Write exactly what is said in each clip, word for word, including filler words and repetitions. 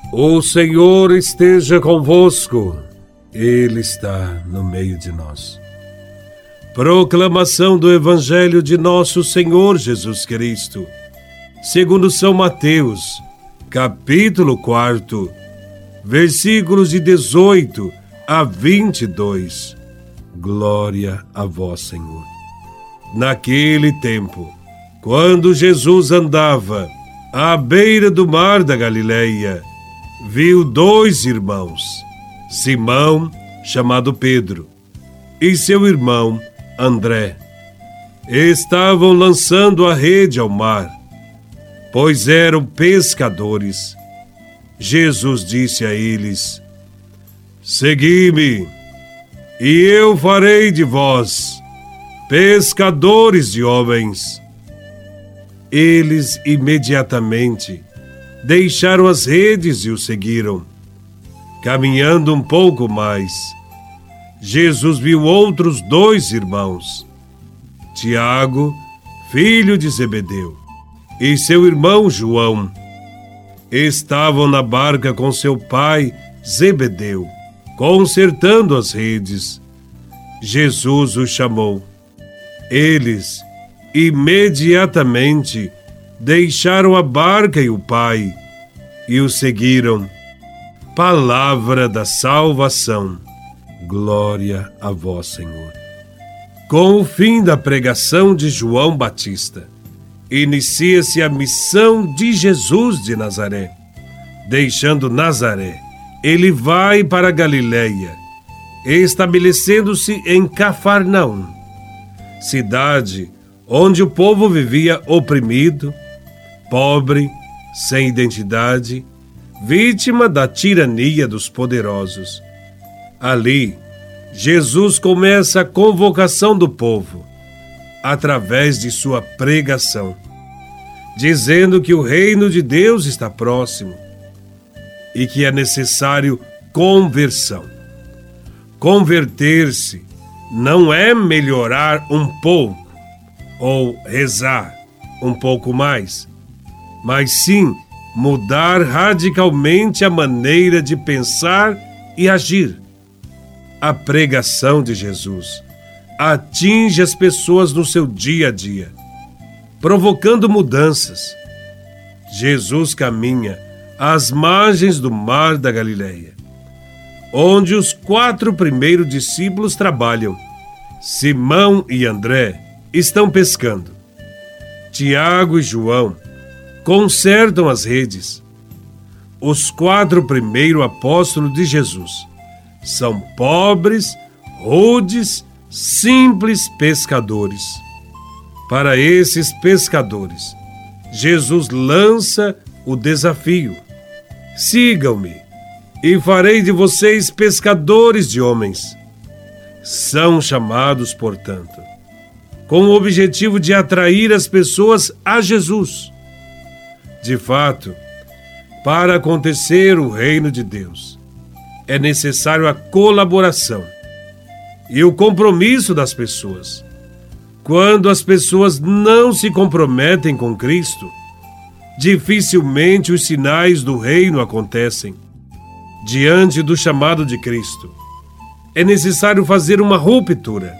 O Senhor esteja convosco, Ele está no meio de nós. Proclamação do Evangelho de nosso Senhor Jesus Cristo, segundo São Mateus, capítulo quatro, versículos de dezoito a vinte e dois. Glória a vós, Senhor. Naquele tempo, quando Jesus andava à beira do mar da Galileia, viu dois irmãos, Simão, chamado Pedro, e seu irmão André. Estavam lançando a rede ao mar, pois eram pescadores. Jesus disse a eles: Segui-me, e eu farei de vós pescadores de homens. Eles imediatamente deixaram as redes e o seguiram. Caminhando um pouco mais, Jesus viu outros dois irmãos, Tiago, filho de Zebedeu, e seu irmão João. Estavam na barca com seu pai Zebedeu, consertando as redes. Jesus os chamou. Eles imediatamente deixaram a barca e o pai e o seguiram. Palavra da salvação. Glória a vós, Senhor. Com o fim da pregação de João Batista, inicia-se a missão de Jesus de Nazaré. Deixando Nazaré, ele vai para Galileia, estabelecendo-se em Cafarnaum, cidade onde o povo vivia oprimido, pobre, sem identidade, vítima da tirania dos poderosos. Ali, Jesus começa a convocação do povo, através de sua pregação, dizendo que o reino de Deus está próximo e que é necessário conversão. Converter-se não é melhorar um pouco ou rezar um pouco mais, mas sim mudar radicalmente a maneira de pensar e agir. A pregação de Jesus atinge as pessoas no seu dia a dia, provocando mudanças. Jesus caminha às margens do mar da Galileia, onde os quatro primeiros discípulos trabalham. Simão e André estão pescando. Tiago e João consertam as redes. Os quatro primeiros apóstolos de Jesus são pobres, rudes, simples pescadores. Para esses pescadores, Jesus lança o desafio: sigam-me e farei de vocês pescadores de homens. São chamados, portanto, com o objetivo de atrair as pessoas a Jesus. De fato, para acontecer o reino de Deus, é necessário a colaboração e o compromisso das pessoas. Quando as pessoas não se comprometem com Cristo, dificilmente os sinais do reino acontecem. Diante do chamado de Cristo, é necessário fazer uma ruptura,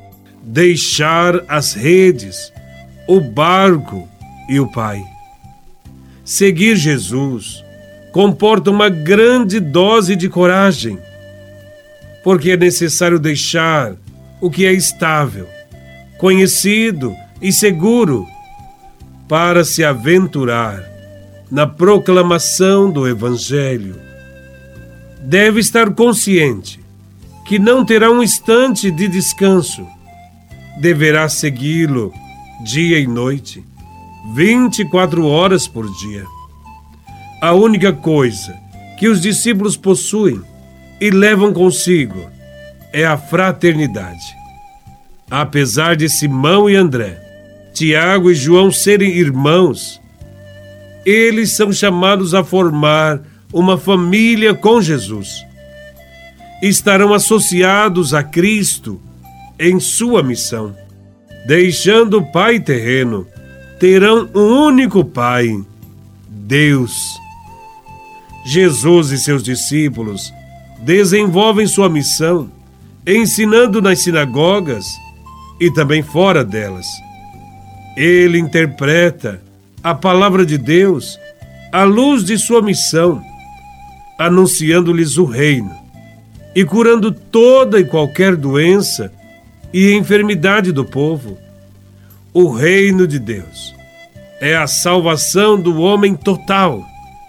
deixar as redes, o barco e o Pai. Seguir Jesus comporta uma grande dose de coragem, porque é necessário deixar o que é estável, conhecido e seguro, para se aventurar na proclamação do Evangelho. Deve estar consciente que não terá um instante de descanso. Deverá segui-lo dia e noite, vinte e quatro horas por dia. A única coisa que os discípulos possuem e levam consigo é a fraternidade. Apesar de Simão e André, Tiago e João serem irmãos, eles são chamados a formar uma família com Jesus. Estarão associados a Cristo em sua missão. Deixando o Pai terreno, terão um único Pai, Deus. Jesus e seus discípulos desenvolvem sua missão, ensinando nas sinagogas e também fora delas. Ele interpreta a palavra de Deus à luz de sua missão, anunciando-lhes o reino e curando toda e qualquer doença e enfermidade do povo. O reino de Deus é a salvação do homem total,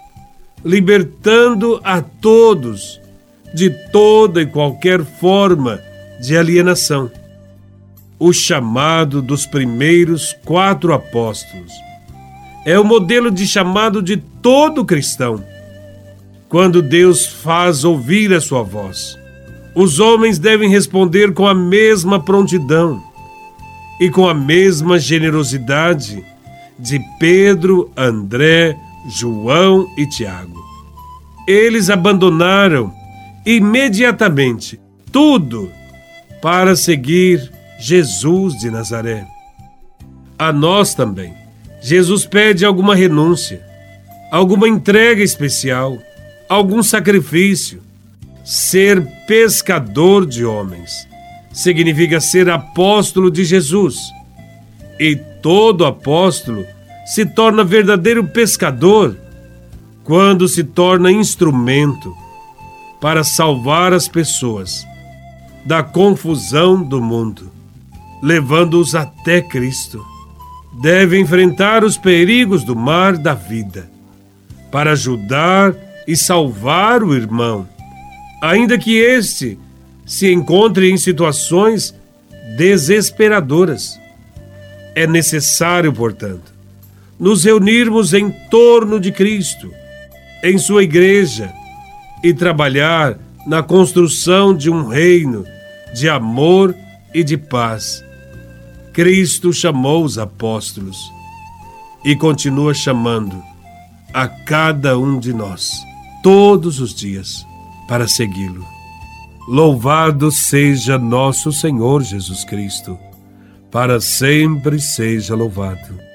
libertando a todos de toda e qualquer forma de alienação. O chamado dos primeiros quatro apóstolos é o modelo de chamado de todo cristão. Quando Deus faz ouvir a sua voz, os homens devem responder com a mesma prontidão e com a mesma generosidade de Pedro, André, João e Tiago. Eles abandonaram imediatamente tudo para seguir Jesus de Nazaré. A nós também, Jesus pede alguma renúncia, alguma entrega especial, algum sacrifício. Ser pescador de homens significa ser apóstolo de Jesus. E todo apóstolo se torna verdadeiro pescador quando se torna instrumento para salvar as pessoas da confusão do mundo, levando-os até Cristo. Deve enfrentar os perigos do mar da vida para ajudar e salvar o irmão, ainda que este se encontre em situações desesperadoras. É necessário, portanto, nos reunirmos em torno de Cristo, em sua igreja, e trabalhar na construção de um reino de amor e de paz. Cristo chamou os apóstolos e continua chamando a cada um de nós, todos os dias, para segui-lo. Louvado seja nosso Senhor Jesus Cristo, para sempre seja louvado.